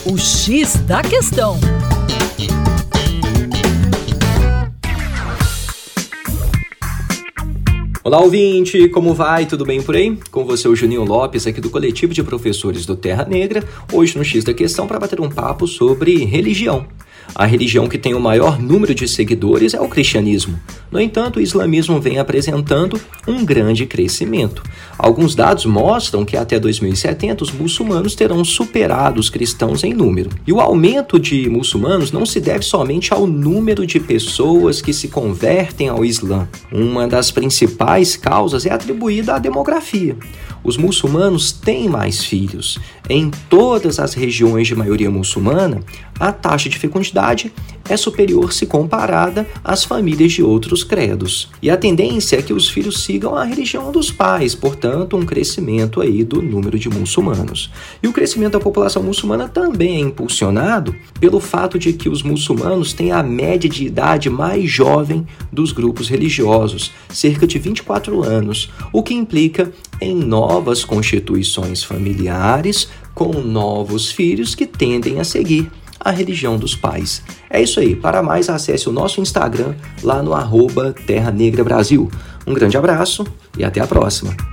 O X da Questão. Olá, ouvinte! Como vai? Tudo bem por aí? Com você, o Juninho Lopes, aqui do Coletivo de Professores do Terra Negra, hoje no X da Questão para bater um papo sobre religião. A religião que tem o maior número de seguidores é o cristianismo. No entanto, o islamismo vem apresentando um grande crescimento. Alguns dados mostram que até 2070 os muçulmanos terão superado os cristãos em número. E o aumento de muçulmanos não se deve somente ao número de pessoas que se convertem ao Islã. Uma das principais causas é atribuída à demografia. Os muçulmanos têm mais filhos. Em todas as regiões de maioria muçulmana, a taxa de fecundidade é superior se comparada às famílias de outros credos. E a tendência é que os filhos sigam a religião dos pais, portanto, um crescimento aí do número de muçulmanos. E o crescimento da população muçulmana também é impulsionado pelo fato de que os muçulmanos têm a média de idade mais jovem dos grupos religiosos, cerca de 24 anos, o que implica em novas constituições familiares com novos filhos que tendem a seguir a religião dos pais. É isso aí. Para mais, acesse o nosso Instagram lá no @Terra Negra Brasil. Um grande abraço e até a próxima.